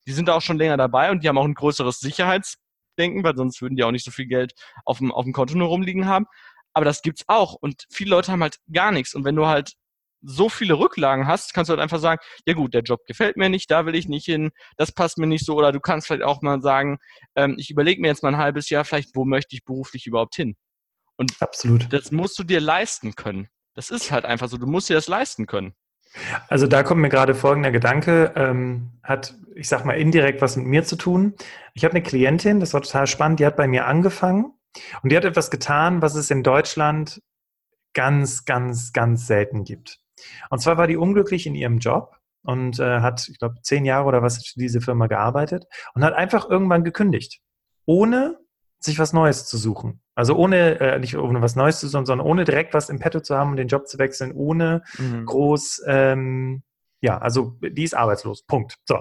die sind da auch schon länger dabei und die haben auch ein größeres Sicherheitsdenken, weil sonst würden die auch nicht so viel Geld auf dem Konto nur rumliegen haben. Aber das gibt's auch und viele Leute haben halt gar nichts. Und wenn du halt so viele Rücklagen hast, kannst du halt einfach sagen, ja gut, der Job gefällt mir nicht, da will ich nicht hin, das passt mir nicht so. Oder du kannst vielleicht auch mal sagen, ich überlege mir jetzt mal ein halbes Jahr vielleicht, wo möchte ich beruflich überhaupt hin? Und Absolut. das musst du dir leisten können. Das ist halt einfach so, du musst dir das leisten können. Also da kommt mir gerade folgender Gedanke, hat, ich sag mal, indirekt was mit mir zu tun. Ich habe eine Klientin, das war total spannend, die hat bei mir angefangen und die hat etwas getan, was es in Deutschland ganz, ganz, ganz selten gibt. Und zwar war die unglücklich in ihrem Job und hat, ich glaube, 10 Jahre oder was für diese Firma gearbeitet und hat einfach irgendwann gekündigt, ohne sich was Neues zu suchen. Also nicht ohne was Neues zu suchen, sondern ohne direkt was im Petto zu haben und den Job zu wechseln, ohne Mhm. groß, ja, also die ist arbeitslos. Punkt. So.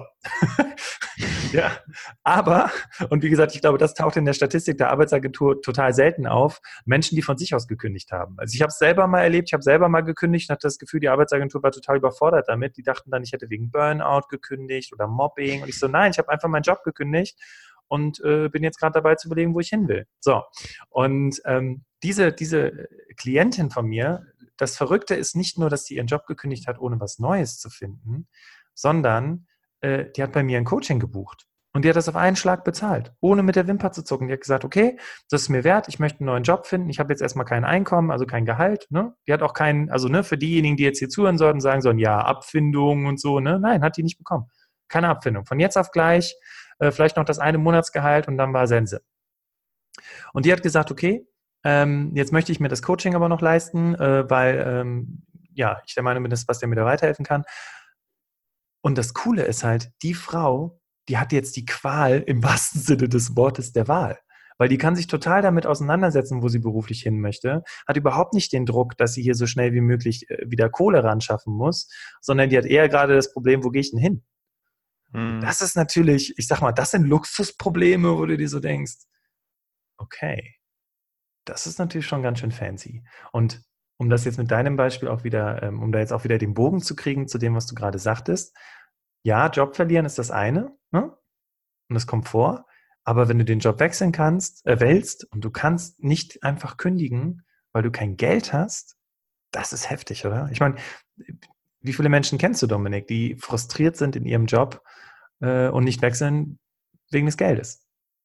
Ja, aber, und wie gesagt, ich glaube, das taucht in der Statistik der Arbeitsagentur total selten auf, Menschen, die von sich aus gekündigt haben. Also ich habe es selber mal erlebt, ich habe selber mal gekündigt und hatte das Gefühl, die Arbeitsagentur war total überfordert damit. Die dachten dann, ich hätte wegen Burnout gekündigt oder Mobbing. Und ich so, nein, ich habe einfach meinen Job gekündigt und bin jetzt gerade dabei zu überlegen, wo ich hin will. So, und diese Klientin von mir, das Verrückte ist nicht nur, dass sie ihren Job gekündigt hat, ohne was Neues zu finden, sondern die hat bei mir ein Coaching gebucht. Und die hat das auf einen Schlag bezahlt, ohne mit der Wimper zu zucken. Die hat gesagt, okay, das ist mir wert, ich möchte einen neuen Job finden, ich habe jetzt erstmal kein Einkommen, also kein Gehalt. Ne? Die hat auch keinen, also ne, für diejenigen, die jetzt hier zuhören sollten, sagen sollen, ja, Abfindung und so, ne? Nein, hat die nicht bekommen. Keine Abfindung. Von jetzt auf gleich, vielleicht noch das eine Monatsgehalt und dann war Sense. Und die hat gesagt, okay, jetzt möchte ich mir das Coaching aber noch leisten, weil ja, ich der Meinung bin, das ist was, der mir da weiterhelfen kann. Und das Coole ist halt, die Frau, die hat jetzt die Qual im wahrsten Sinne des Wortes der Wahl. Weil die kann sich total damit auseinandersetzen, wo sie beruflich hin möchte, hat überhaupt nicht den Druck, dass sie hier so schnell wie möglich wieder Kohle ran schaffen muss, sondern die hat eher gerade das Problem, wo gehe ich denn hin? Und Mhm. das ist natürlich, ich sag mal, das sind Luxusprobleme, wo du dir so denkst, okay, das ist natürlich schon ganz schön fancy. Und um das jetzt mit deinem Beispiel auch wieder, um da jetzt auch wieder den Bogen zu kriegen zu dem, was du gerade sagtest, ja, Job verlieren ist das eine, ne? Und das kommt vor. Aber wenn du den Job wechseln kannst, wählst und du kannst nicht einfach kündigen, weil du kein Geld hast, das ist heftig, oder? Ich meine, wie viele Menschen kennst du, Dominik, die frustriert sind in ihrem Job und nicht wechseln wegen des Geldes?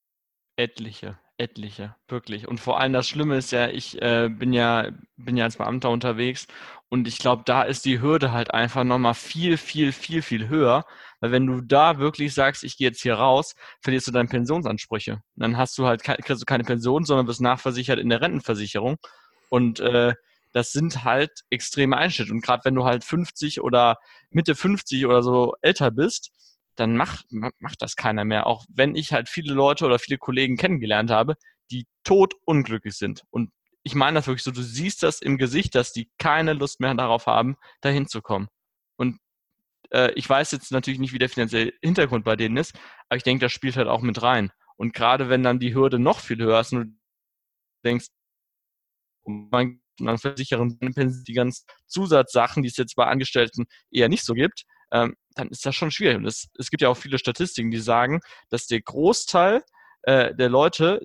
Etliche, wirklich. Und vor allem das Schlimme ist ja, ich bin ja als Beamter unterwegs und ich glaube, da ist die Hürde halt einfach nochmal viel, viel, viel, viel höher. Weil wenn du da wirklich sagst, ich gehe jetzt hier raus, verlierst du deine Pensionsansprüche. Und dann hast du halt, kriegst du keine Pension, sondern wirst nachversichert in der Rentenversicherung. Und das sind halt extreme Einschnitte. Und gerade wenn du halt 50 oder Mitte 50 oder so älter bist, dann macht das keiner mehr. Auch wenn ich halt viele Leute oder viele Kollegen kennengelernt habe, die totunglücklich sind. Und ich meine das wirklich so, du siehst das im Gesicht, dass die keine Lust mehr darauf haben, dahin zu kommen. Und ich weiß jetzt natürlich nicht, wie der finanzielle Hintergrund bei denen ist, aber ich denke, das spielt halt auch mit rein. Und gerade wenn dann die Hürde noch viel höher ist und du denkst, oh mein Gott, dann versichern die ganzen Zusatzsachen, die es jetzt bei Angestellten eher nicht so gibt, dann ist das schon schwierig. Und es gibt ja auch viele Statistiken, die sagen, dass der Großteil der Leute,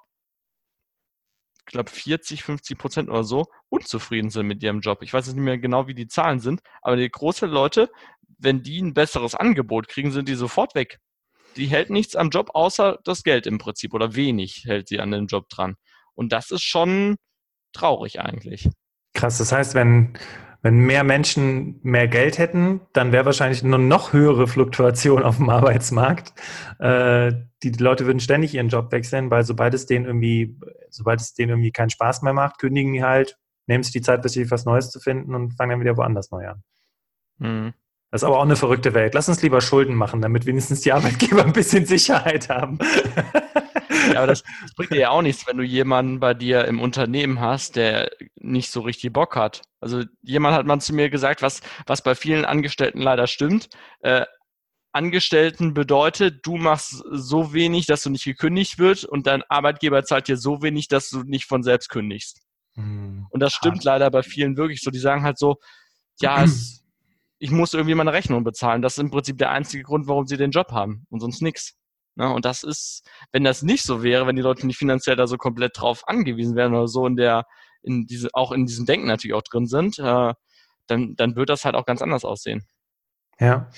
ich glaube 40, 50% oder so, unzufrieden sind mit ihrem Job. Ich weiß jetzt nicht mehr genau, wie die Zahlen sind, aber der Großteil der Leute, wenn die ein besseres Angebot kriegen, sind die sofort weg. Die hält nichts am Job außer das Geld im Prinzip oder wenig hält sie an dem Job dran. Und das ist schon traurig eigentlich. Krass, das heißt, wenn mehr Menschen mehr Geld hätten, dann wäre wahrscheinlich eine noch höhere Fluktuation auf dem Arbeitsmarkt. Die Leute würden ständig ihren Job wechseln, weil sobald es denen irgendwie keinen Spaß mehr macht, kündigen die halt, nehmen sich die Zeit, bis sie was Neues zu finden und fangen dann wieder woanders neu an. Hm. Das ist aber auch eine verrückte Welt. Lass uns lieber Schulden machen, damit wenigstens die Arbeitgeber ein bisschen Sicherheit haben. Ja, aber das bringt dir ja auch nichts, wenn du jemanden bei dir im Unternehmen hast, der nicht so richtig Bock hat. Also jemand hat mal zu mir gesagt, was bei vielen Angestellten leider stimmt. Angestellten bedeutet, du machst so wenig, dass du nicht gekündigt wirst und dein Arbeitgeber zahlt dir so wenig, dass du nicht von selbst kündigst. Und das stimmt Hart. leider bei vielen wirklich so. Die sagen halt so, ja, ich muss irgendwie meine Rechnung bezahlen. Das ist im Prinzip der einzige Grund, warum sie den Job haben und sonst nichts. Ne? Und das ist, wenn das nicht so wäre, wenn die Leute nicht finanziell da so komplett drauf angewiesen wären oder so auch in diesem Denken natürlich auch drin sind, dann wird das halt auch ganz anders aussehen. Ja.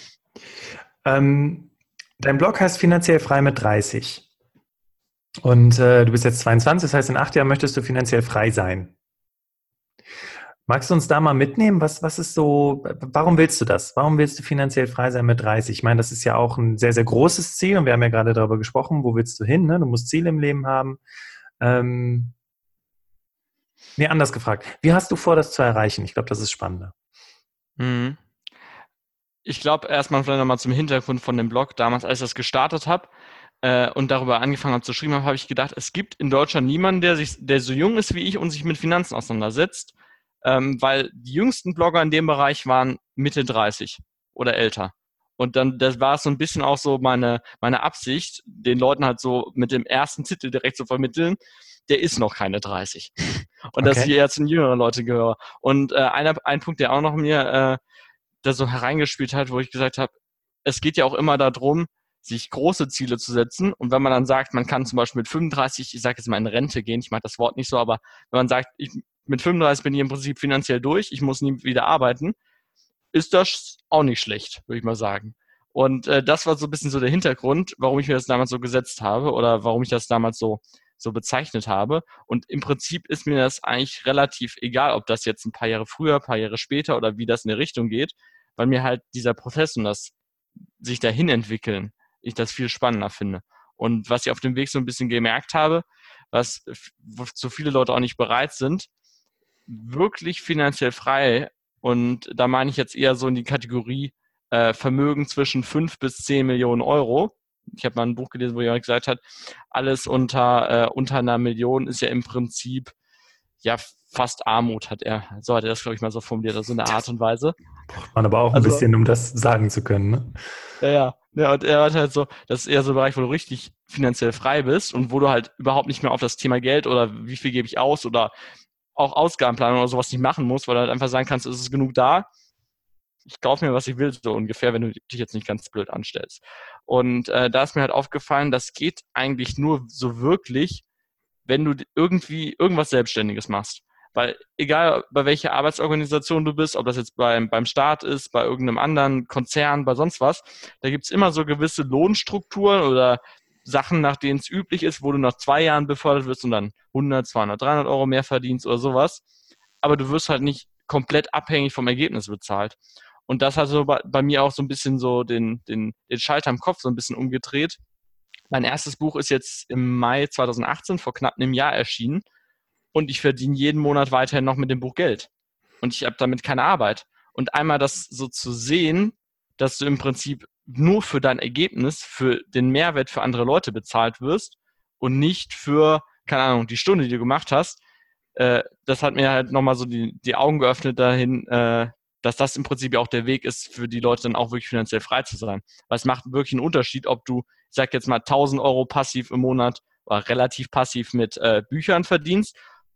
Dein Blog heißt Finanziell frei mit 30. Und du bist jetzt 22, das heißt, in 8 Jahren möchtest du finanziell frei sein. Magst du uns da mal mitnehmen? Was ist so, warum willst du das? Warum willst du finanziell frei sein mit 30? Ich meine, das ist ja auch ein sehr, sehr großes Ziel und wir haben ja gerade darüber gesprochen, wo willst du hin? Ne? Du musst Ziele im Leben haben. Anders gefragt. Wie hast du vor, das zu erreichen? Ich glaube, das ist spannender. Mhm. Ich glaube, erstmal vielleicht nochmal zum Hintergrund von dem Blog. Damals, als ich das gestartet habe und darüber angefangen habe zu schreiben, habe ich gedacht, es gibt in Deutschland niemanden, der so jung ist wie ich und sich mit Finanzen auseinandersetzt, weil die jüngsten Blogger in dem Bereich waren Mitte 30 oder älter. Und dann, das war so ein bisschen auch so meine Absicht, den Leuten halt so mit dem ersten Titel direkt zu vermitteln, der ist noch keine 30. Und dass ich eher zu den jüngeren Leuten gehöre. Und ein Punkt, der auch noch mir da so hereingespielt hat, wo ich gesagt habe, es geht ja auch immer darum, sich große Ziele zu setzen. Und wenn man dann sagt, man kann zum Beispiel mit 35, ich sage jetzt mal in Rente gehen, ich mag das Wort nicht so, aber wenn man sagt, mit 35 bin ich im Prinzip finanziell durch, ich muss nie wieder arbeiten, ist das auch nicht schlecht, würde ich mal sagen. Und das war so ein bisschen so der Hintergrund, warum ich mir das damals so gesetzt habe oder warum ich das damals so bezeichnet habe. Und im Prinzip ist mir das eigentlich relativ egal, ob das jetzt ein paar Jahre früher, ein paar Jahre später oder wie das in der Richtung geht, weil mir halt dieser Prozess und das sich dahin entwickeln, ich das viel spannender finde. Und was ich auf dem Weg so ein bisschen gemerkt habe, wozu viele Leute auch nicht bereit sind, wirklich finanziell frei, und da meine ich jetzt eher so in die Kategorie Vermögen zwischen 5 bis 10 Millionen Euro. Ich habe mal ein Buch gelesen, wo jemand gesagt hat, alles unter einer Million ist ja im Prinzip ja fast Armut, so hat er das, glaube ich, mal so formuliert, also in der Art und Weise. Braucht man aber auch ein bisschen, um das sagen zu können, ne? Ja, und er hat halt so, das ist eher so ein Bereich, wo du richtig finanziell frei bist und wo du halt überhaupt nicht mehr auf das Thema Geld oder wie viel gebe ich aus oder auch Ausgabenplanung oder sowas nicht machen musst, weil du halt einfach sagen kannst, es ist genug da, ich kaufe mir, was ich will, so ungefähr, wenn du dich jetzt nicht ganz blöd anstellst. Und da ist mir halt aufgefallen, das geht eigentlich nur so wirklich, wenn du irgendwie irgendwas Selbstständiges machst. Weil egal bei welcher Arbeitsorganisation du bist, ob das jetzt beim Staat ist, bei irgendeinem anderen Konzern, bei sonst was, da gibt's immer so gewisse Lohnstrukturen oder Sachen, nach denen es üblich ist, wo du nach 2 Jahren befördert wirst und dann 100, 200, 300 Euro mehr verdienst oder sowas. Aber du wirst halt nicht komplett abhängig vom Ergebnis bezahlt. Und das hat so bei mir auch so ein bisschen so den Schalter im Kopf so ein bisschen umgedreht. Mein erstes Buch ist jetzt im Mai 2018, vor knapp einem Jahr erschienen. Und ich verdiene jeden Monat weiterhin noch mit dem Buch Geld. Und ich habe damit keine Arbeit. Und einmal das so zu sehen, dass du im Prinzip nur für dein Ergebnis, für den Mehrwert für andere Leute bezahlt wirst und nicht für, keine Ahnung, die Stunde, die du gemacht hast, das hat mir halt nochmal so die Augen geöffnet dahin, dass das im Prinzip ja auch der Weg ist, für die Leute dann auch wirklich finanziell frei zu sein. Weil es macht wirklich einen Unterschied, ob du, ich sag jetzt mal, 1.000 Euro passiv im Monat oder relativ passiv mit Büchern verdienst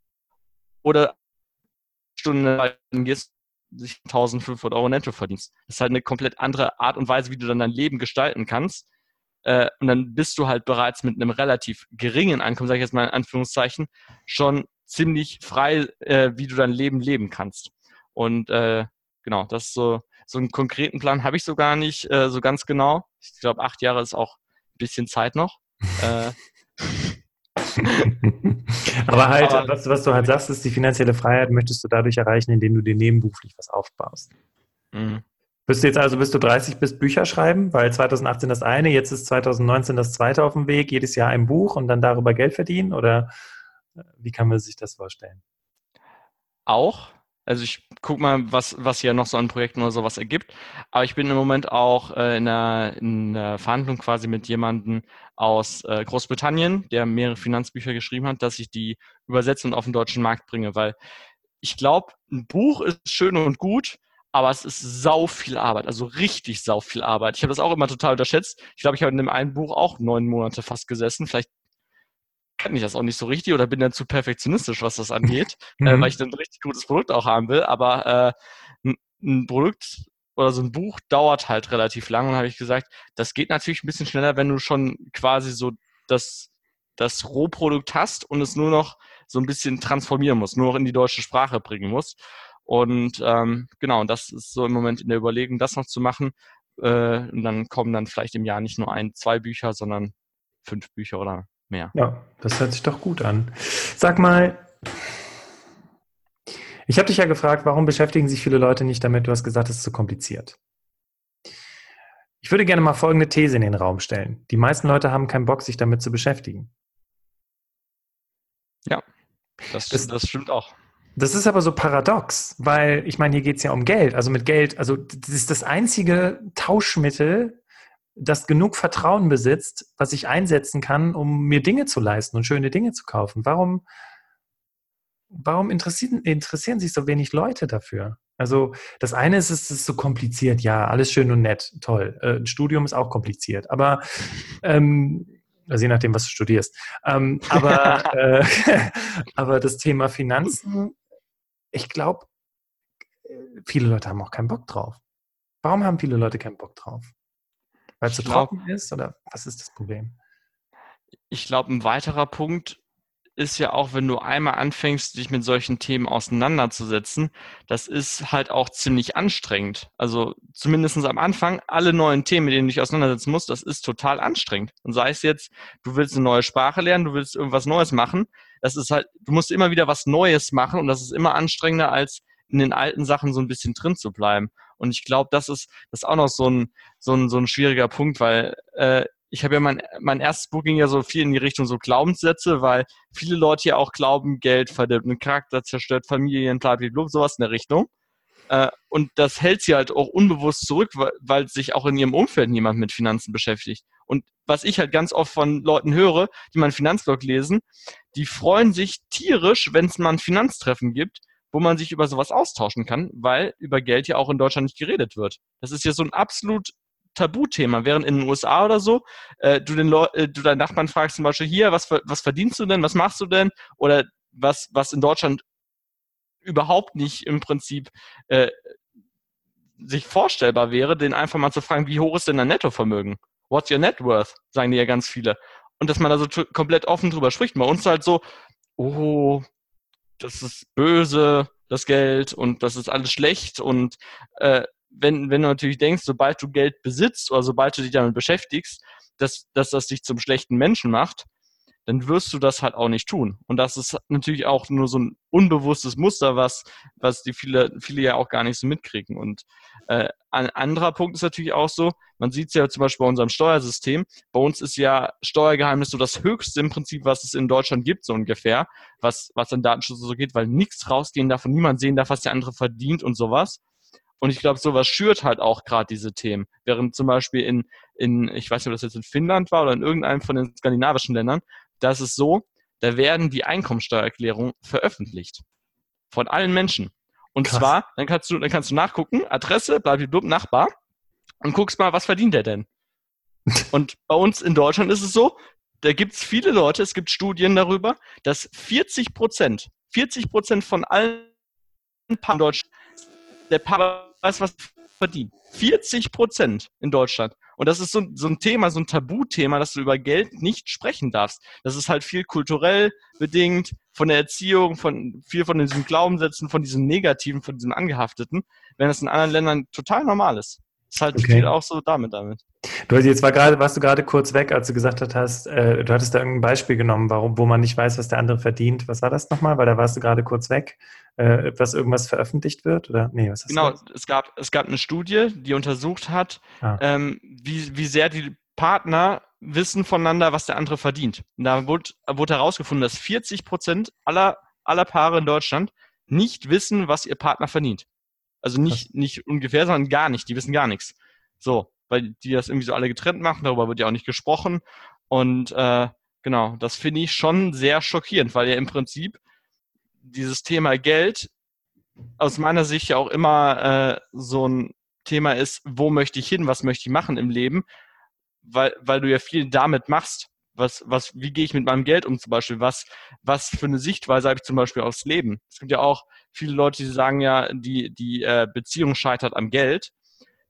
oder Stunden gehst, sich 1.500 Euro netto verdienst. Das ist halt eine komplett andere Art und Weise, wie du dann dein Leben gestalten kannst. Und dann bist du halt bereits mit einem relativ geringen Einkommen, sage ich jetzt mal in Anführungszeichen, schon ziemlich frei, wie du dein Leben leben kannst. Und genau, das ist so einen konkreten Plan habe ich so gar nicht so ganz genau. Ich glaube, 8 Jahre ist auch ein bisschen Zeit noch. Aber halt, was du halt sagst, ist, die finanzielle Freiheit möchtest du dadurch erreichen, indem du dir nebenberuflich was aufbaust. Mhm. Bist du 30, bist Bücher schreiben, weil 2018 das eine, jetzt ist 2019 das zweite auf dem Weg, jedes Jahr ein Buch und dann darüber Geld verdienen? Oder wie kann man sich das vorstellen? Auch. Also ich gucke mal, was hier noch so an Projekten oder sowas ergibt. Aber ich bin im Moment auch in einer Verhandlung quasi mit jemandem aus Großbritannien, der mehrere Finanzbücher geschrieben hat, dass ich die übersetze und auf den deutschen Markt bringe. Weil ich glaube, ein Buch ist schön und gut, aber es ist sau viel Arbeit, also richtig sau viel Arbeit. Ich habe das auch immer total unterschätzt. Ich glaube, ich habe in dem einen Buch auch 9 Monate fast gesessen. Vielleicht kann ich das auch nicht so richtig oder bin dann zu perfektionistisch, was das angeht, weil ich dann ein richtig gutes Produkt auch haben will. Aber ein Produkt oder so ein Buch dauert halt relativ lang und habe ich gesagt, das geht natürlich ein bisschen schneller, wenn du schon quasi so das Rohprodukt hast und es nur noch so ein bisschen transformieren musst, nur noch in die deutsche Sprache bringen musst. Und genau, das ist so im Moment in der Überlegung, das noch zu machen. Und dann kommen dann vielleicht im Jahr nicht nur 2 Bücher, sondern 5 Bücher oder mehr. Ja, das hört sich doch gut an. Sag mal, ich habe dich ja gefragt, warum beschäftigen sich viele Leute nicht damit? Du hast gesagt, es ist zu kompliziert. Ich würde gerne mal folgende These in den Raum stellen. Die meisten Leute haben keinen Bock, sich damit zu beschäftigen. Ja, das stimmt auch. Das ist aber so paradox, weil ich meine, hier geht es ja um Geld. Also mit Geld, also das ist das einzige Tauschmittel, das genug Vertrauen besitzt, was ich einsetzen kann, um mir Dinge zu leisten und schöne Dinge zu kaufen. Warum interessieren sich so wenig Leute dafür? Also das eine ist, es ist so kompliziert, ja, alles schön und nett, toll. Ein Studium ist auch kompliziert, aber also je nachdem, was du studierst. Aber das Thema Finanzen, ich glaube, viele Leute haben auch keinen Bock drauf. Warum haben viele Leute keinen Bock drauf? Weil es zu trocken ist oder was ist das Problem? Ich glaube, ein weiterer Punkt ist ja auch, wenn du einmal anfängst, dich mit solchen Themen auseinanderzusetzen, das ist halt auch ziemlich anstrengend. Also zumindest am Anfang, alle neuen Themen, mit denen du dich auseinandersetzen musst, das ist total anstrengend. Und sei es jetzt, du willst eine neue Sprache lernen, du willst irgendwas Neues machen, das ist halt, du musst immer wieder was Neues machen und das ist immer anstrengender, als in den alten Sachen so ein bisschen drin zu bleiben. Und ich glaube, das ist auch noch so ein schwieriger Punkt, weil ich habe ja mein erstes Buch ging ja so viel in die Richtung so Glaubenssätze, weil viele Leute ja auch glauben, Geld verdirbt einen Charakter, zerstört Familien, blablabla, sowas in der Richtung. Und das hält sie halt auch unbewusst zurück, weil sich auch in ihrem Umfeld niemand mit Finanzen beschäftigt. Und was ich halt ganz oft von Leuten höre, die meinen Finanzblog lesen, die freuen sich tierisch, wenn es mal ein Finanztreffen gibt, wo man sich über sowas austauschen kann, weil über Geld ja auch in Deutschland nicht geredet wird. Das ist ja so ein absolut Tabuthema, während in den USA oder so du deinen Nachbarn fragst zum Beispiel hier, was verdienst du denn, was machst du denn, oder was in Deutschland überhaupt nicht im Prinzip sich vorstellbar wäre, den einfach mal zu fragen, wie hoch ist denn dein Nettovermögen? What's your net worth? Sagen die ja ganz viele. Und dass man da so komplett offen drüber spricht. Bei uns halt so, oh, das ist böse, das Geld, und das ist alles schlecht, und wenn du natürlich denkst, sobald du Geld besitzt oder sobald du dich damit beschäftigst, dass das dich zum schlechten Menschen macht, dann wirst du das halt auch nicht tun. Und das ist natürlich auch nur so ein unbewusstes Muster, was die viele ja auch gar nicht so mitkriegen. Und ein anderer Punkt ist natürlich auch so, man sieht es ja zum Beispiel bei unserem Steuersystem, bei uns ist ja Steuergeheimnis so das Höchste im Prinzip, was es in Deutschland gibt, so ungefähr, was an Datenschutz so geht, weil nichts rausgehen darf und niemand sehen darf, was der andere verdient und sowas. Und ich glaube, sowas schürt halt auch gerade diese Themen. Während zum Beispiel ich weiß nicht, ob das jetzt in Finnland war oder in irgendeinem von den skandinavischen Ländern, da ist es so, da werden die Einkommensteuererklärungen veröffentlicht. Von allen Menschen. Und Krass. zwar, dann kannst du nachgucken, Adresse, blablabla, Nachbar, und guckst mal, was verdient der denn? Und bei uns in Deutschland ist es so, da gibt es viele Leute, es gibt Studien darüber, dass 40% von allen Paaren in Deutschland, der Paar weiß, was verdient. 40% in Deutschland. Und das ist so ein Thema, so ein Tabuthema, dass du über Geld nicht sprechen darfst. Das ist halt viel kulturell bedingt, von der Erziehung, viel von diesen Glaubenssätzen, von diesem Negativen, von diesem Angehafteten, wenn das in anderen Ländern total normal ist. Das ist halt viel auch so damit. Warst du gerade kurz weg, als du gesagt hast, du hattest da irgendein Beispiel genommen, wo man nicht weiß, was der andere verdient. Was war das nochmal? Weil da warst du gerade kurz weg, irgendwas veröffentlicht wird? Oder? Nee, was hast genau, du es gab eine Studie, die untersucht hat, wie sehr die Partner wissen voneinander, was der andere verdient. Und da wurde herausgefunden, dass 40% aller Paare in Deutschland nicht wissen, was ihr Partner verdient. Also nicht ungefähr, sondern gar nicht. Die wissen gar nichts. So, weil die das irgendwie so alle getrennt machen, darüber wird ja auch nicht gesprochen. Und genau, das finde ich schon sehr schockierend, weil ja im Prinzip dieses Thema Geld aus meiner Sicht ja auch immer so ein Thema ist, wo möchte ich hin, was möchte ich machen im Leben, weil du ja viel damit machst. Wie gehe ich mit meinem Geld um zum Beispiel? Was für eine Sichtweise habe ich zum Beispiel aufs Leben? Es gibt ja auch viele Leute, die sagen ja, die Beziehung scheitert am Geld.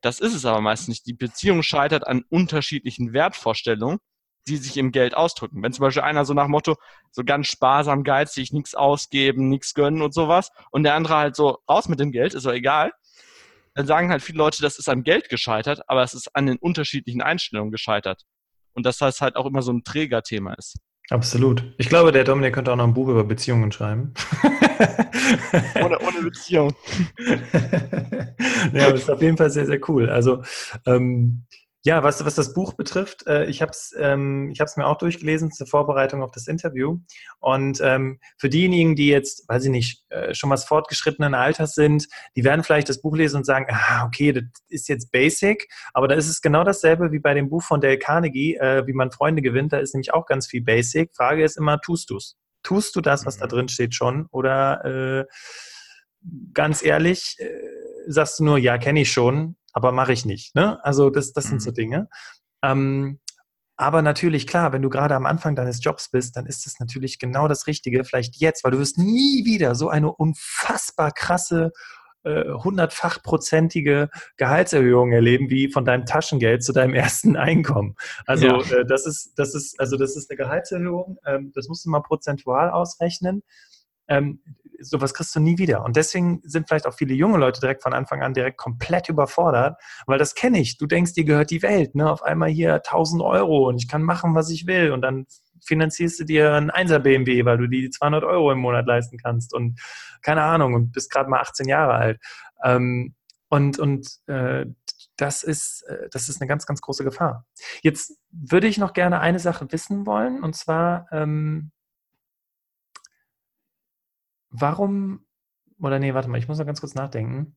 Das ist es aber meistens nicht. Die Beziehung scheitert an unterschiedlichen Wertvorstellungen, die sich im Geld ausdrücken. Wenn zum Beispiel einer so nach Motto, so ganz sparsam, geizig, nichts ausgeben, nichts gönnen und sowas, und der andere halt so, raus mit dem Geld, ist doch egal, dann sagen halt viele Leute, das ist am Geld gescheitert, aber es ist an den unterschiedlichen Einstellungen gescheitert. Und dass das halt auch immer so ein Trägerthema ist. Absolut. Ich glaube, der Dominik könnte auch noch ein Buch über Beziehungen schreiben. Ohne Beziehung. Ja, das ist auf jeden Fall sehr, sehr cool. Also, ja, was das Buch betrifft, ich habe es mir auch durchgelesen zur Vorbereitung auf das Interview. Und für diejenigen, die jetzt, weiß ich nicht, schon was fortgeschrittenen Alters sind, die werden vielleicht das Buch lesen und sagen, okay, das ist jetzt basic, aber da ist es genau dasselbe wie bei dem Buch von Dale Carnegie, wie man Freunde gewinnt. Da ist nämlich auch ganz viel basic. Frage ist immer, tust du es? Tust du das, was da drin steht schon? Oder ganz ehrlich, sagst du nur, ja, kenne ich schon, aber mache ich nicht. Ne? Also das sind so Dinge. Aber natürlich, klar, wenn du gerade am Anfang deines Jobs bist, dann ist das natürlich genau das Richtige, vielleicht jetzt, weil du wirst nie wieder so eine unfassbar krasse 100-fach-prozentige Gehaltserhöhung erleben, wie von deinem Taschengeld zu deinem ersten Einkommen. Also Ja. das ist eine Gehaltserhöhung, das musst du mal prozentual ausrechnen. Sowas kriegst du nie wieder. Und deswegen sind vielleicht auch viele junge Leute direkt von Anfang an direkt komplett überfordert, weil das kenne ich. Du denkst, dir gehört die Welt, ne? Auf einmal hier 1.000 Euro und ich kann machen, was ich will. Und dann finanzierst du dir einen 1er BMW, weil du die 200 Euro im Monat leisten kannst und keine Ahnung und bist gerade mal 18 Jahre alt. Das ist eine ganz, ganz große Gefahr. Jetzt würde ich noch gerne eine Sache wissen wollen, und zwar, warum, oder nee, warte mal, ich muss noch ganz kurz nachdenken.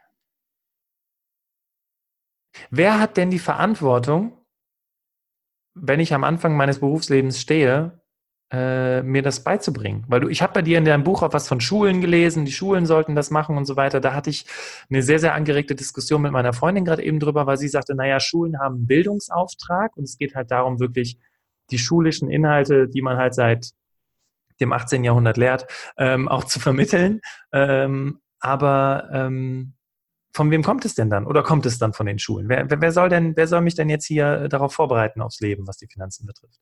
Wer hat denn die Verantwortung, wenn ich am Anfang meines Berufslebens stehe, mir das beizubringen? Weil ich habe bei dir in deinem Buch auch was von Schulen gelesen, die Schulen sollten das machen und so weiter. Da hatte ich eine sehr, sehr angeregte Diskussion mit meiner Freundin gerade eben drüber, weil sie sagte, naja, Schulen haben einen Bildungsauftrag und es geht halt darum, wirklich die schulischen Inhalte, die man halt seit dem 18. Jahrhundert lehrt, auch zu vermitteln. Aber von wem kommt es denn dann? Oder kommt es dann von den Schulen? Wer soll mich denn jetzt hier darauf vorbereiten aufs Leben, was die Finanzen betrifft?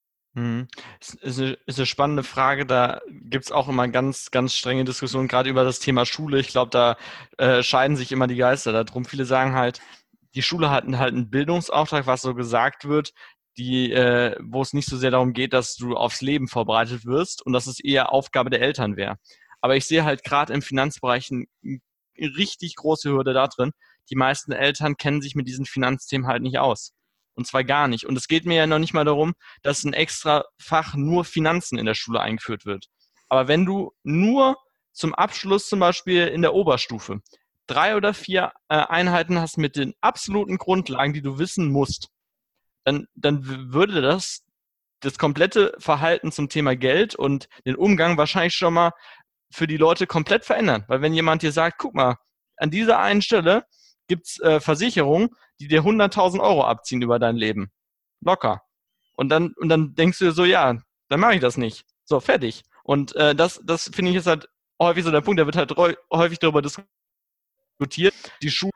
Ist eine spannende Frage. Da gibt es auch immer ganz, ganz strenge Diskussionen, gerade über das Thema Schule. Ich glaube, da scheiden sich immer die Geister darum. Viele sagen halt, die Schule hat halt einen Bildungsauftrag, was so gesagt wird, wo es nicht so sehr darum geht, dass du aufs Leben vorbereitet wirst und dass es eher Aufgabe der Eltern wäre. Aber ich sehe halt gerade im Finanzbereich eine richtig große Hürde da drin. Die meisten Eltern kennen sich mit diesen Finanzthemen halt nicht aus. Und zwar gar nicht. Und es geht mir ja noch nicht mal darum, dass ein extra Fach nur Finanzen in der Schule eingeführt wird. Aber wenn du nur zum Abschluss zum Beispiel in der Oberstufe 3 oder 4 Einheiten hast mit den absoluten Grundlagen, die du wissen musst, dann würde das komplette Verhalten zum Thema Geld und den Umgang wahrscheinlich schon mal für die Leute komplett verändern. Weil wenn jemand dir sagt, guck mal, an dieser einen Stelle gibt's Versicherungen, die dir 100.000 Euro abziehen über dein Leben. Locker. Und dann denkst du dir so, ja, dann mache ich das nicht. So, fertig. Und das finde ich ist halt häufig so der Punkt, da wird halt häufig darüber diskutiert, die Schule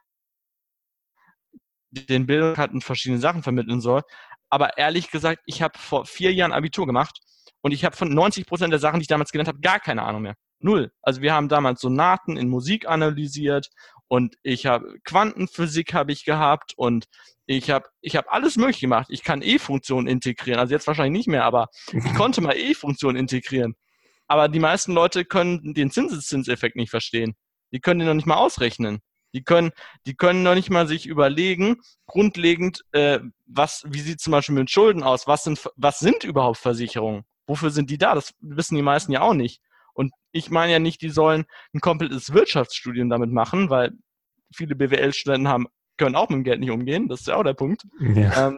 den Bildung hatten verschiedene Sachen vermitteln soll. Aber ehrlich gesagt, ich habe vor 4 Jahren Abitur gemacht und ich habe von 90% der Sachen, die ich damals gelernt habe, gar keine Ahnung mehr. Null. Also wir haben damals Sonaten in Musik analysiert und ich habe Quantenphysik habe ich gehabt und ich habe alles möglich gemacht. Ich kann E-Funktionen integrieren, also jetzt wahrscheinlich nicht mehr, aber ich konnte mal E-Funktionen integrieren. Aber die meisten Leute können den Zinseszinseffekt nicht verstehen. Die können den noch nicht mal ausrechnen. Die können noch nicht mal sich überlegen, grundlegend, wie sieht zum Beispiel mit Schulden aus? Was sind überhaupt Versicherungen? Wofür sind die da? Das wissen die meisten ja auch nicht. Und ich meine ja nicht, die sollen ein komplettes Wirtschaftsstudium damit machen, weil viele BWL-Studenten können auch mit dem Geld nicht umgehen. Das ist ja auch der Punkt. Ja.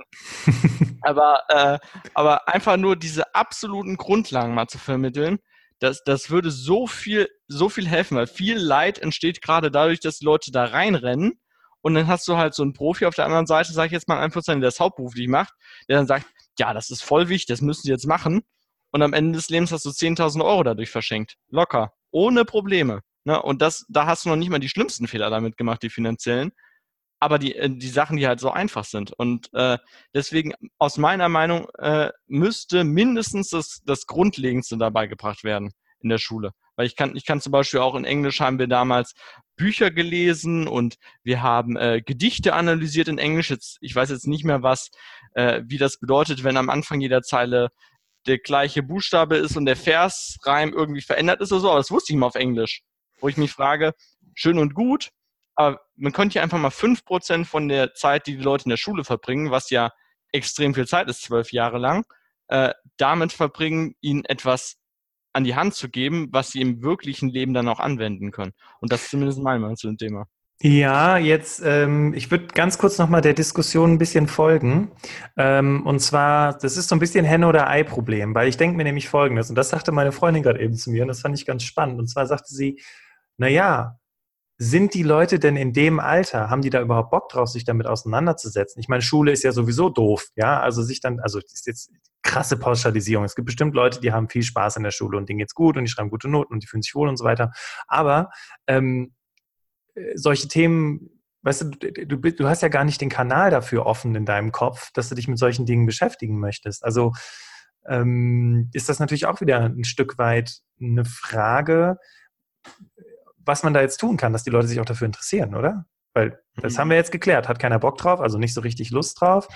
Aber einfach nur diese absoluten Grundlagen mal zu vermitteln, das würde so viel helfen, weil viel Leid entsteht gerade dadurch, dass die Leute da reinrennen und dann hast du halt so einen Profi auf der anderen Seite, sage ich jetzt mal in Anführungszeichen, der das hauptberuflich macht, der dann sagt, ja, das ist voll wichtig, das müssen sie jetzt machen und am Ende des Lebens hast du 10.000 Euro dadurch verschenkt. Locker. Ohne Probleme. Ne? Und da hast du noch nicht mal die schlimmsten Fehler damit gemacht, die finanziellen. aber die Sachen, die halt so einfach sind. Und deswegen, aus meiner Meinung, müsste mindestens das Grundlegendste dabei gebracht werden in der Schule. Weil ich kann zum Beispiel auch in Englisch haben wir damals Bücher gelesen und wir haben Gedichte analysiert in Englisch. Ich weiß jetzt nicht mehr, wie das bedeutet, wenn am Anfang jeder Zeile der gleiche Buchstabe ist und der Versreim irgendwie verändert ist oder so, aber das wusste ich mal auf Englisch. Wo ich mich frage, schön und gut, aber man könnte ja einfach mal 5% von der Zeit, die Leute in der Schule verbringen, was ja extrem viel Zeit ist, 12 Jahre lang, damit verbringen, ihnen etwas an die Hand zu geben, was sie im wirklichen Leben dann auch anwenden können. Und das ist zumindest mein Meinung zu dem Thema. Ja, jetzt, ich würde ganz kurz nochmal der Diskussion ein bisschen folgen. Und zwar, das ist so ein bisschen Henne- oder Ei-Problem, weil ich denke mir nämlich Folgendes, und das sagte meine Freundin gerade eben zu mir, und das fand ich ganz spannend. Und zwar sagte sie, naja, sind die Leute denn in dem Alter, haben die da überhaupt Bock drauf, sich damit auseinanderzusetzen? Ich meine, Schule ist ja sowieso doof, ja, also das ist jetzt krasse Pauschalisierung. Es gibt bestimmt Leute, die haben viel Spaß in der Schule und denen geht's gut und die schreiben gute Noten und die fühlen sich wohl und so weiter. Aber solche Themen, weißt du hast ja gar nicht den Kanal dafür offen in deinem Kopf, dass du dich mit solchen Dingen beschäftigen möchtest. Also ist das natürlich auch wieder ein Stück weit eine Frage, was man da jetzt tun kann, dass die Leute sich auch dafür interessieren, oder? Weil das haben wir jetzt geklärt. Hat keiner Bock drauf, also nicht so richtig Lust drauf.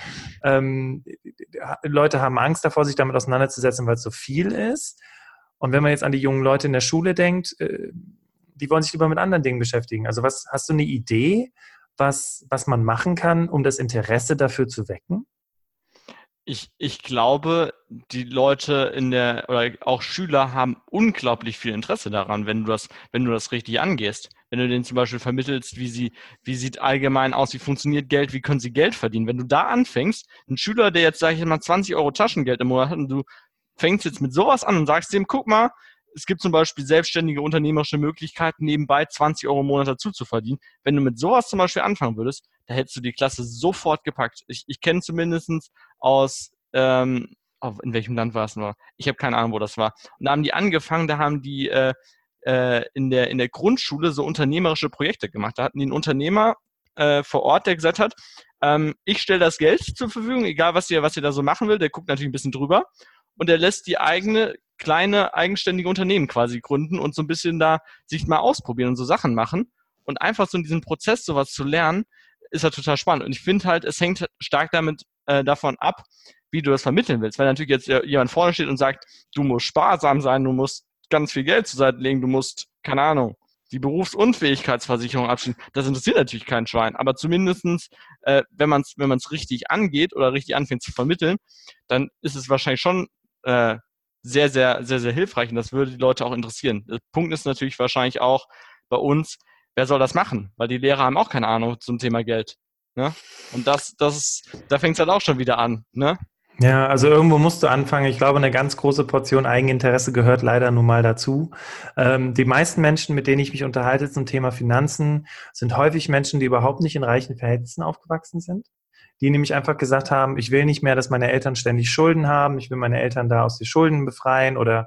Leute haben Angst davor, sich damit auseinanderzusetzen, weil es so viel ist. Und wenn man jetzt an die jungen Leute in der Schule denkt, die wollen sich lieber mit anderen Dingen beschäftigen. Also hast du eine Idee, was man machen kann, um das Interesse dafür zu wecken? Ich glaube, die Leute oder auch Schüler haben unglaublich viel Interesse daran, wenn du das richtig angehst. Wenn du denen zum Beispiel vermittelst, wie sieht allgemein aus, wie funktioniert Geld, wie können sie Geld verdienen. Wenn du da anfängst, ein Schüler, der jetzt, sage ich mal, 20 Euro Taschengeld im Monat hat und du fängst jetzt mit sowas an und sagst dem, guck mal, es gibt zum Beispiel selbstständige unternehmerische Möglichkeiten, nebenbei 20 Euro im Monat dazu zu verdienen. Wenn du mit sowas zum Beispiel anfangen würdest, da hättest du die Klasse sofort gepackt. Ich kenne zumindest aus, in welchem Land war es noch? Ich habe keine Ahnung, wo das war. Und da haben die angefangen, da haben die in der Grundschule so unternehmerische Projekte gemacht. Da hatten die einen Unternehmer vor Ort, der gesagt hat, ich stelle das Geld zur Verfügung, egal was ihr da so machen will, der guckt natürlich ein bisschen drüber und der lässt die eigene kleine eigenständige Unternehmen quasi gründen und so ein bisschen da sich mal ausprobieren und so Sachen machen und einfach so in diesem Prozess sowas zu lernen, ist ja total spannend. Und ich finde halt, es hängt stark davon ab, wie du das vermitteln willst. Wenn natürlich jetzt jemand vorne steht und sagt, du musst sparsam sein, du musst ganz viel Geld zur Seite legen, du musst, keine Ahnung, die Berufsunfähigkeitsversicherung abschließen, das interessiert natürlich kein Schwein. Aber zumindestens, wenn man es richtig angeht oder richtig anfängt zu vermitteln, dann ist es wahrscheinlich schon sehr, sehr, sehr, sehr hilfreich und das würde die Leute auch interessieren. Der Punkt ist natürlich wahrscheinlich auch bei uns, wer soll das machen? Weil die Lehrer haben auch keine Ahnung zum Thema Geld. Ne? Und da fängt es halt auch schon wieder an. Ne? Ja, also irgendwo musst du anfangen. Ich glaube, eine ganz große Portion Eigeninteresse gehört leider nun mal dazu. Die meisten Menschen, mit denen ich mich unterhalte zum Thema Finanzen, sind häufig Menschen, die überhaupt nicht in reichen Verhältnissen aufgewachsen sind. Die nämlich einfach gesagt haben, ich will nicht mehr, dass meine Eltern ständig Schulden haben, ich will meine Eltern da aus den Schulden befreien oder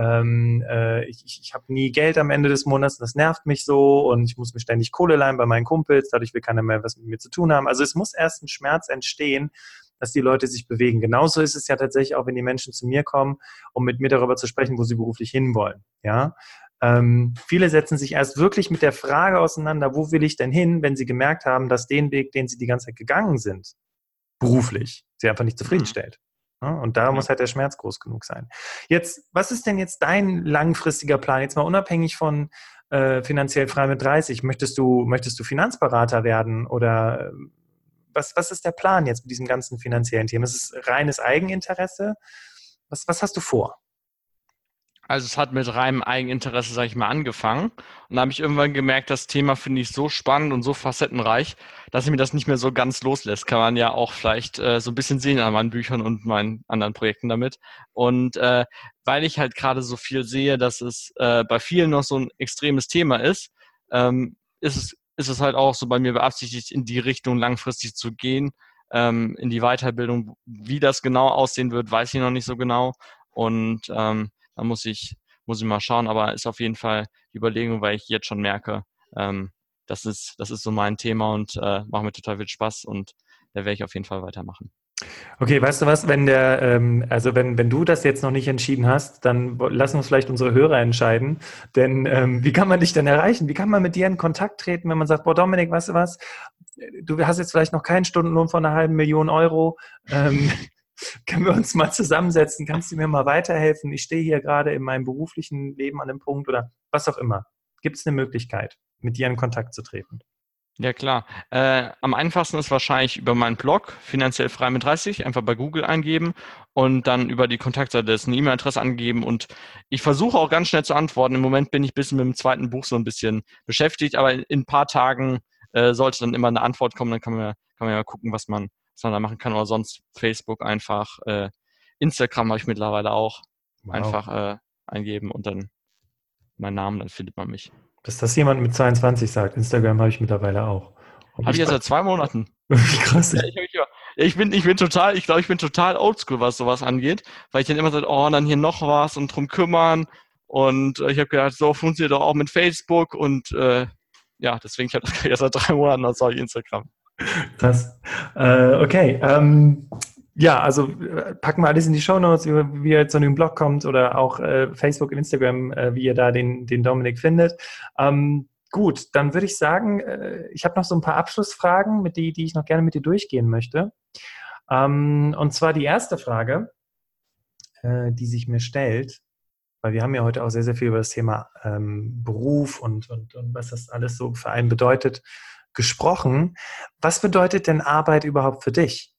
ich habe nie Geld am Ende des Monats, das nervt mich so und ich muss mir ständig Kohle leihen bei meinen Kumpels, dadurch will keiner mehr was mit mir zu tun haben. Also es muss erst ein Schmerz entstehen, dass die Leute sich bewegen. Genauso ist es ja tatsächlich auch, wenn die Menschen zu mir kommen, um mit mir darüber zu sprechen, wo sie beruflich hinwollen. Ja? Viele setzen sich erst wirklich mit der Frage auseinander, wo will ich denn hin, wenn sie gemerkt haben, dass den Weg, den sie die ganze Zeit gegangen sind, beruflich, sie einfach nicht zufriedenstellt. Ja? Und da muss halt der Schmerz groß genug sein. Jetzt, was ist denn jetzt dein langfristiger Plan? Jetzt mal unabhängig von finanziell frei mit 30. Möchtest du Finanzberater werden oder was ist der Plan jetzt mit diesem ganzen finanziellen Thema? Ist es reines Eigeninteresse? Was hast du vor? Also es hat mit reinem Eigeninteresse, sage ich mal, angefangen. Und da habe ich irgendwann gemerkt, das Thema finde ich so spannend und so facettenreich, dass ich mir das nicht mehr so ganz loslässt. Kann man ja auch vielleicht so ein bisschen sehen an meinen Büchern und meinen anderen Projekten damit. Und weil ich halt gerade so viel sehe, dass es bei vielen noch so ein extremes Thema ist, ist es halt auch so bei mir beabsichtigt, in die Richtung langfristig zu gehen, in die Weiterbildung. Wie das genau aussehen wird, weiß ich noch nicht so genau. Und da muss ich mal schauen, aber ist auf jeden Fall die Überlegung, weil ich jetzt schon merke, das ist so mein Thema und macht mir total viel Spaß und da werde ich auf jeden Fall weitermachen. Okay, weißt du was, wenn du das jetzt noch nicht entschieden hast, dann lass uns vielleicht unsere Hörer entscheiden. Denn wie kann man dich denn erreichen? Wie kann man mit dir in Kontakt treten, wenn man sagt, boah, Dominik, weißt du was? Du hast jetzt vielleicht noch keinen Stundenlohn von 500.000 Euro. Können wir uns mal zusammensetzen? Kannst du mir mal weiterhelfen? Ich stehe hier gerade in meinem beruflichen Leben an dem Punkt oder was auch immer. Gibt es eine Möglichkeit, mit dir in Kontakt zu treten? Ja, klar. Am einfachsten ist wahrscheinlich über meinen Blog, finanziell frei mit 30, einfach bei Google eingeben und dann über die Kontaktseite eine E-Mail-Adresse angeben und ich versuche auch ganz schnell zu antworten. Im Moment bin ich ein bisschen mit dem zweiten Buch so ein bisschen beschäftigt, aber in ein paar Tagen sollte dann immer eine Antwort kommen, dann kann man ja gucken, was man da machen kann oder sonst Facebook einfach. Instagram habe ich mittlerweile auch. Wow. Einfach eingeben und dann meinen Namen, dann findet man mich. Dass das jemand mit 22 sagt. Instagram habe ich mittlerweile auch. Habe ich jetzt seit 2 Monaten. Wie krass. Ja, ich bin total oldschool, was sowas angeht, weil ich dann immer sage, oh, dann hier noch was und drum kümmern und ich habe gedacht, so funktioniert doch auch mit Facebook und ja, deswegen, ich habe das jetzt seit 3 Monaten als Instagram. Krass. Okay. Ja, also packen wir alles in die Shownotes, wie ihr zu einem Blog kommt oder auch Facebook und Instagram, wie ihr da den Dominik findet. Gut, dann würde ich sagen, ich habe noch so ein paar Abschlussfragen, die ich noch gerne mit dir durchgehen möchte. Und zwar die erste Frage, die sich mir stellt, weil wir haben ja heute auch sehr, sehr viel über das Thema Beruf und was das alles so für einen bedeutet, gesprochen. Was bedeutet denn Arbeit überhaupt für dich?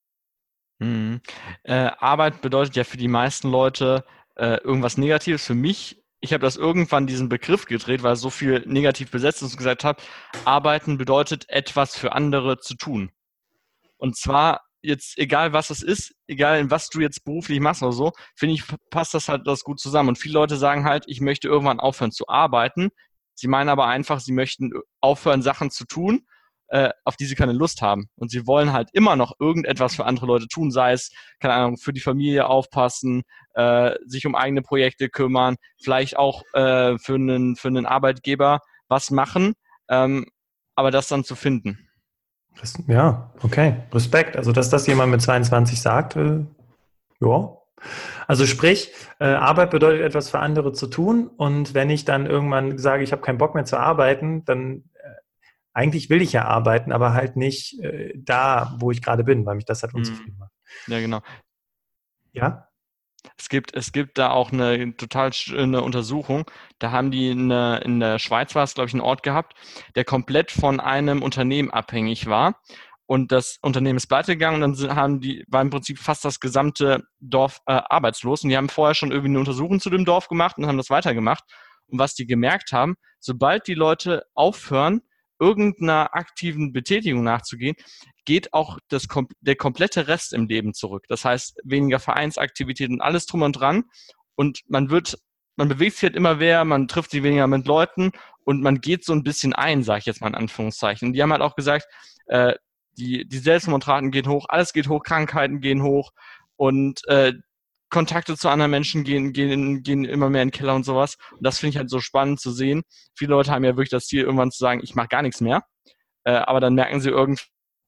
Arbeit bedeutet ja für die meisten Leute irgendwas Negatives. Für mich, ich habe das irgendwann diesen Begriff gedreht, weil es so viel negativ besetzt ist und gesagt habe, Arbeiten bedeutet etwas für andere zu tun. Und zwar jetzt, egal was es ist, egal in was du jetzt beruflich machst oder so, finde ich, passt das halt das gut zusammen. Und viele Leute sagen halt, ich möchte irgendwann aufhören zu arbeiten. Sie meinen aber einfach, sie möchten aufhören, Sachen zu tun, auf die sie keine Lust haben. Und sie wollen halt immer noch irgendetwas für andere Leute tun, sei es, keine Ahnung, für die Familie aufpassen, sich um eigene Projekte kümmern, vielleicht auch für einen Arbeitgeber was machen, aber das dann zu finden. Ja, okay. Respekt. Also, dass das jemand mit 22 sagt, ja. Also sprich, Arbeit bedeutet etwas für andere zu tun und wenn ich dann irgendwann sage, ich habe keinen Bock mehr zu arbeiten, dann eigentlich will ich ja arbeiten, aber halt nicht da, wo ich gerade bin, weil mich das halt unzufrieden macht. Ja, genau. Ja? Es gibt da auch eine total schöne Untersuchung. Da haben die in der Schweiz war es, glaube ich, einen Ort gehabt, der komplett von einem Unternehmen abhängig war. Und das Unternehmen ist pleite gegangen und dann war im Prinzip fast das gesamte Dorf arbeitslos. Und die haben vorher schon irgendwie eine Untersuchung zu dem Dorf gemacht und haben das weitergemacht. Und was die gemerkt haben, sobald die Leute aufhören, irgendeiner aktiven Betätigung nachzugehen, geht auch der komplette Rest im Leben zurück. Das heißt, weniger Vereinsaktivitäten, alles drum und dran. Und man bewegt sich halt immer mehr, man trifft sich weniger mit Leuten und man geht so ein bisschen ein, sage ich jetzt mal in Anführungszeichen. Und die haben halt auch gesagt, die Selbstmordraten gehen hoch, alles geht hoch, Krankheiten gehen hoch und Kontakte zu anderen Menschen gehen immer mehr in den Keller und sowas. Und das finde ich halt so spannend zu sehen. Viele Leute haben ja wirklich das Ziel, irgendwann zu sagen, ich mache gar nichts mehr. Aber dann merken sie irgendwann,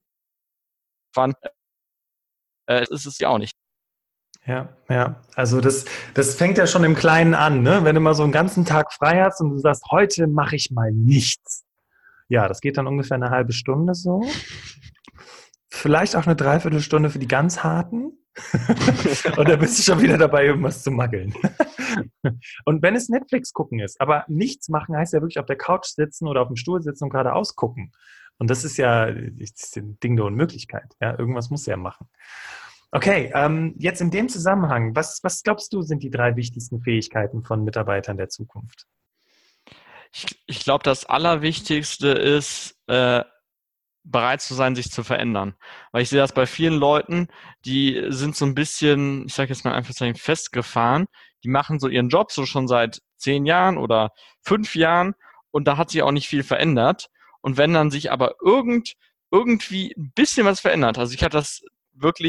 ist es ja auch nicht. Ja. Also das fängt ja schon im Kleinen an, ne? Wenn du mal so einen ganzen Tag frei hast und du sagst, heute mache ich mal nichts. Ja, das geht dann ungefähr eine halbe Stunde so. Vielleicht auch eine Dreiviertelstunde für die ganz Harten. Und dann bist du schon wieder dabei, irgendwas zu maggeln. Und wenn es Netflix gucken ist, aber nichts machen heißt ja wirklich auf der Couch sitzen oder auf dem Stuhl sitzen und geradeaus gucken. Und das ist ja ein Ding der Unmöglichkeit. Ja, irgendwas muss er machen. Okay, jetzt in dem Zusammenhang, was glaubst du, sind die 3 wichtigsten Fähigkeiten von Mitarbeitern der Zukunft? Ich glaube, das Allerwichtigste ist, bereit zu sein, sich zu verändern. Weil ich sehe das bei vielen Leuten, die sind so ein bisschen, ich sage jetzt mal einfach festgefahren, die machen so ihren Job so schon seit 10 Jahren oder 5 Jahren und da hat sich auch nicht viel verändert. Und wenn dann sich aber irgendwie ein bisschen was verändert, also ich hatte das wirklich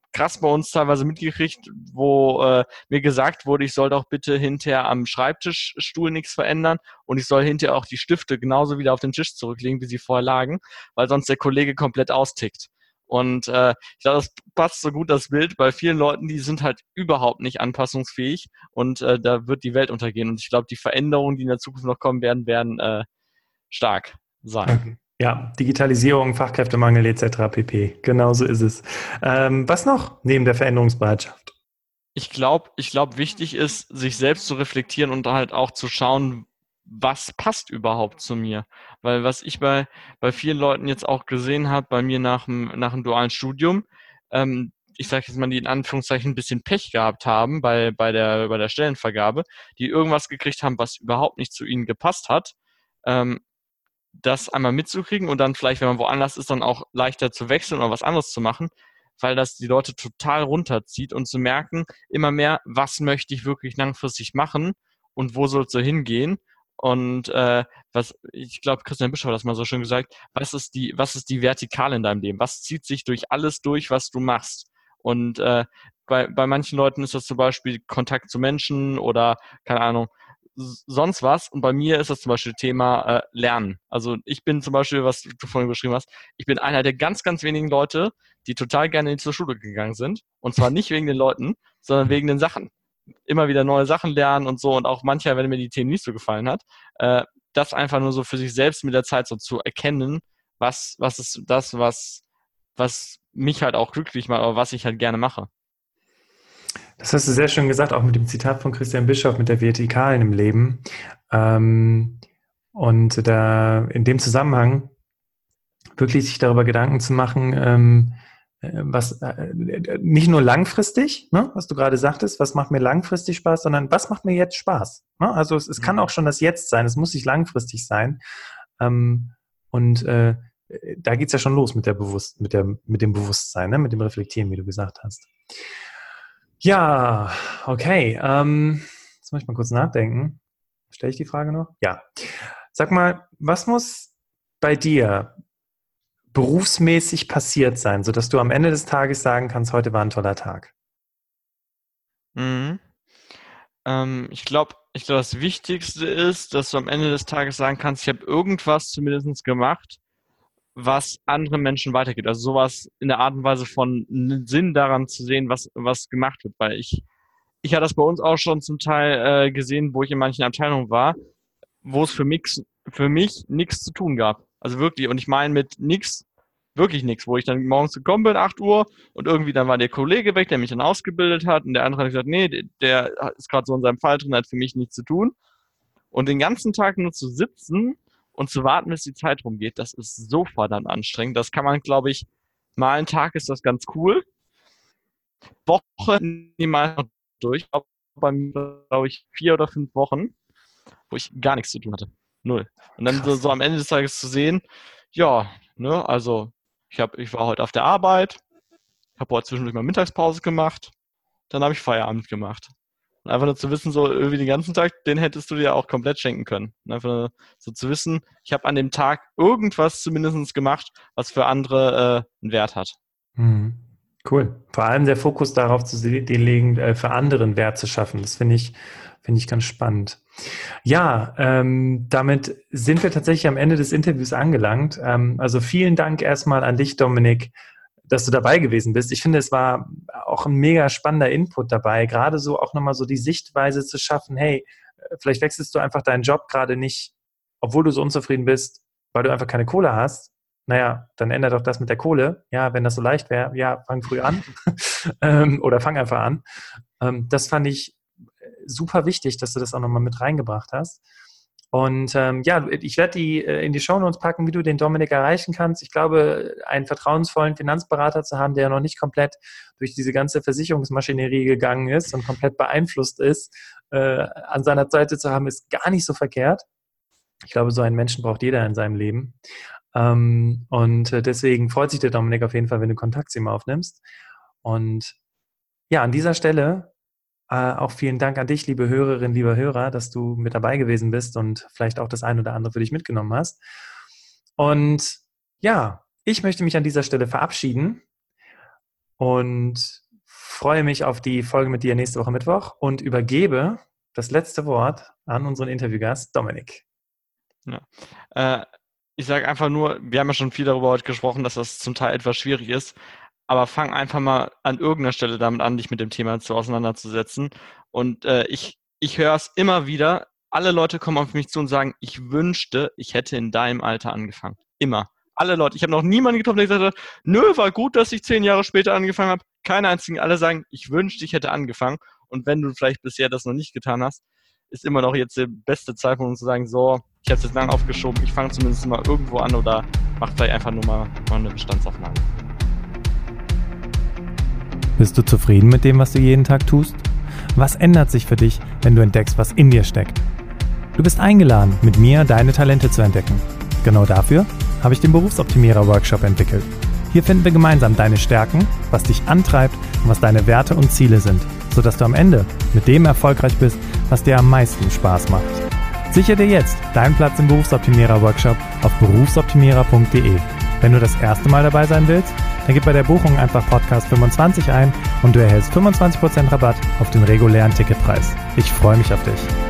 krass bei uns teilweise mitgekriegt, wo mir gesagt wurde, ich soll doch bitte hinterher am Schreibtischstuhl nichts verändern und ich soll hinterher auch die Stifte genauso wieder auf den Tisch zurücklegen, wie sie vorher lagen, weil sonst der Kollege komplett austickt. Und ich glaube, das passt so gut, das Bild, bei vielen Leuten, die sind halt überhaupt nicht anpassungsfähig und da wird die Welt untergehen. Und ich glaube, die Veränderungen, die in der Zukunft noch kommen werden, werden stark sein. Okay. Ja, Digitalisierung, Fachkräftemangel etc. pp. Genau so ist es. Was noch neben der Veränderungsbereitschaft? Ich glaube, wichtig ist, sich selbst zu reflektieren und halt auch zu schauen, was passt überhaupt zu mir. Weil was ich bei vielen Leuten jetzt auch gesehen habe, bei mir nach dem dualen Studium, ich sage jetzt mal, die in Anführungszeichen ein bisschen Pech gehabt haben bei der Stellenvergabe, die irgendwas gekriegt haben, was überhaupt nicht zu ihnen gepasst hat, ähm, das einmal mitzukriegen und dann vielleicht, wenn man woanders ist, dann auch leichter zu wechseln oder was anderes zu machen, weil das die Leute total runterzieht und zu merken, immer mehr, was möchte ich wirklich langfristig machen und wo soll es so hingehen? Und ich glaube, Christian Bischof hat das mal so schön gesagt, was ist die Vertikale in deinem Leben? Was zieht sich durch alles durch, was du machst? Und bei manchen Leuten ist das zum Beispiel Kontakt zu Menschen oder, keine Ahnung, sonst was. Und bei mir ist das zum Beispiel Thema Lernen. Also ich bin zum Beispiel, was du vorhin beschrieben hast, ich bin einer der ganz, ganz wenigen Leute, die total gerne zur Schule gegangen sind. Und zwar nicht wegen den Leuten, sondern wegen den Sachen. Immer wieder neue Sachen lernen und so. Und auch manchmal, wenn mir die Themen nicht so gefallen hat, das einfach nur so für sich selbst mit der Zeit so zu erkennen, was ist das, was mich halt auch glücklich macht, oder was ich halt gerne mache. Das hast du sehr schön gesagt, auch mit dem Zitat von Christian Bischof mit der Vertikalen im Leben. Und da in dem Zusammenhang wirklich sich darüber Gedanken zu machen, was nicht nur langfristig, ne, was du gerade sagtest, was macht mir langfristig Spaß, sondern was macht mir jetzt Spaß. Ne? Also es kann auch schon das Jetzt sein, es muss nicht langfristig sein. Und da geht's ja schon los mit dem Bewusstsein, ne, mit dem Reflektieren, wie du gesagt hast. Ja, okay. Jetzt muss ich mal kurz nachdenken. Stelle ich die Frage noch? Ja. Sag mal, was muss bei dir berufsmäßig passiert sein, sodass du am Ende des Tages sagen kannst, heute war ein toller Tag? Mhm. Ich glaube, das Wichtigste ist, dass du am Ende des Tages sagen kannst, ich habe irgendwas zumindest gemacht, was anderen Menschen weitergeht. Also sowas in der Art und Weise von einen Sinn daran zu sehen, was gemacht wird. Weil ich hatte das bei uns auch schon zum Teil gesehen, wo ich in manchen Abteilungen war, wo es für mich nichts zu tun gab. Also wirklich, und ich meine mit nichts, wirklich nichts, wo ich dann morgens gekommen bin, 8 Uhr, und irgendwie dann war der Kollege weg, der mich dann ausgebildet hat, und der andere hat gesagt, nee, der ist gerade so in seinem Fall drin, hat für mich nichts zu tun. Und den ganzen Tag nur zu sitzen und zu warten, bis die Zeit rumgeht, das ist so verdammt anstrengend. Das kann man, glaube ich, mal einen Tag ist das ganz cool. Wochen niemals noch durch. Aber bei mir, glaube ich, 4 oder 5 Wochen, wo ich gar nichts zu tun hatte. Null. Und dann so am Ende des Tages zu sehen, ja, ne, also ich war heute auf der Arbeit, habe heute zwischendurch mal Mittagspause gemacht, dann habe ich Feierabend gemacht. Und einfach nur zu wissen, so irgendwie den ganzen Tag, den hättest du dir auch komplett schenken können. Und einfach nur so zu wissen, ich habe an dem Tag irgendwas zumindest gemacht, was für andere einen Wert hat. Mhm. Cool. Vor allem der Fokus darauf zu legen, für anderen Wert zu schaffen. Das finde ich ganz spannend. Ja, damit sind wir tatsächlich am Ende des Interviews angelangt. Also vielen Dank erstmal an dich, Dominik, dass du dabei gewesen bist. Ich finde, es war auch ein mega spannender Input dabei, gerade so auch nochmal so die Sichtweise zu schaffen, hey, vielleicht wechselst du einfach deinen Job gerade nicht, obwohl du so unzufrieden bist, weil du einfach keine Kohle hast. Naja, dann ändert doch das mit der Kohle. Ja, wenn das so leicht wäre, ja, fang früh an oder fang einfach an. Das fand ich super wichtig, dass du das auch nochmal mit reingebracht hast. Und ja, ich werde die in die Shownotes packen, wie du den Dominik erreichen kannst. Ich glaube, einen vertrauensvollen Finanzberater zu haben, der noch nicht komplett durch diese ganze Versicherungsmaschinerie gegangen ist und komplett beeinflusst ist, an seiner Seite zu haben, ist gar nicht so verkehrt. Ich glaube, so einen Menschen braucht jeder in seinem Leben. Und deswegen freut sich der Dominik auf jeden Fall, wenn du Kontakt zu ihm aufnimmst. Und ja, an dieser Stelle auch vielen Dank an dich, liebe Hörerinnen, lieber Hörer, dass du mit dabei gewesen bist und vielleicht auch das ein oder andere für dich mitgenommen hast. Und ja, ich möchte mich an dieser Stelle verabschieden und freue mich auf die Folge mit dir nächste Woche Mittwoch und übergebe das letzte Wort an unseren Interviewgast Dominik. Ja. Ich sage einfach nur, wir haben ja schon viel darüber heute gesprochen, dass das zum Teil etwas schwierig ist, aber fang einfach mal an irgendeiner Stelle damit an, dich mit dem Thema auseinanderzusetzen. Und ich höre es immer wieder, alle Leute kommen auf mich zu und sagen, ich wünschte, ich hätte in deinem Alter angefangen. Immer. Alle Leute. Ich habe noch niemanden getroffen, der gesagt hat, nö, war gut, dass ich 10 Jahre später angefangen habe. Keine einzigen. Alle sagen, ich wünschte, ich hätte angefangen. Und wenn du vielleicht bisher das noch nicht getan hast, ist immer noch jetzt der beste Zeitpunkt, um zu sagen, so, ich habe es jetzt lange aufgeschoben, ich fange zumindest mal irgendwo an oder mach vielleicht einfach nur mal eine Bestandsaufnahme. Bist du zufrieden mit dem, was du jeden Tag tust? Was ändert sich für dich, wenn du entdeckst, was in dir steckt? Du bist eingeladen, mit mir deine Talente zu entdecken. Genau dafür habe ich den Berufsoptimierer-Workshop entwickelt. Hier finden wir gemeinsam deine Stärken, was dich antreibt und was deine Werte und Ziele sind, sodass du am Ende mit dem erfolgreich bist, was dir am meisten Spaß macht. Sichere dir jetzt deinen Platz im Berufsoptimierer-Workshop auf berufsoptimierer.de. Wenn du das erste Mal dabei sein willst, dann gib bei der Buchung einfach Podcast 25 ein und du erhältst 25% Rabatt auf den regulären Ticketpreis. Ich freue mich auf dich.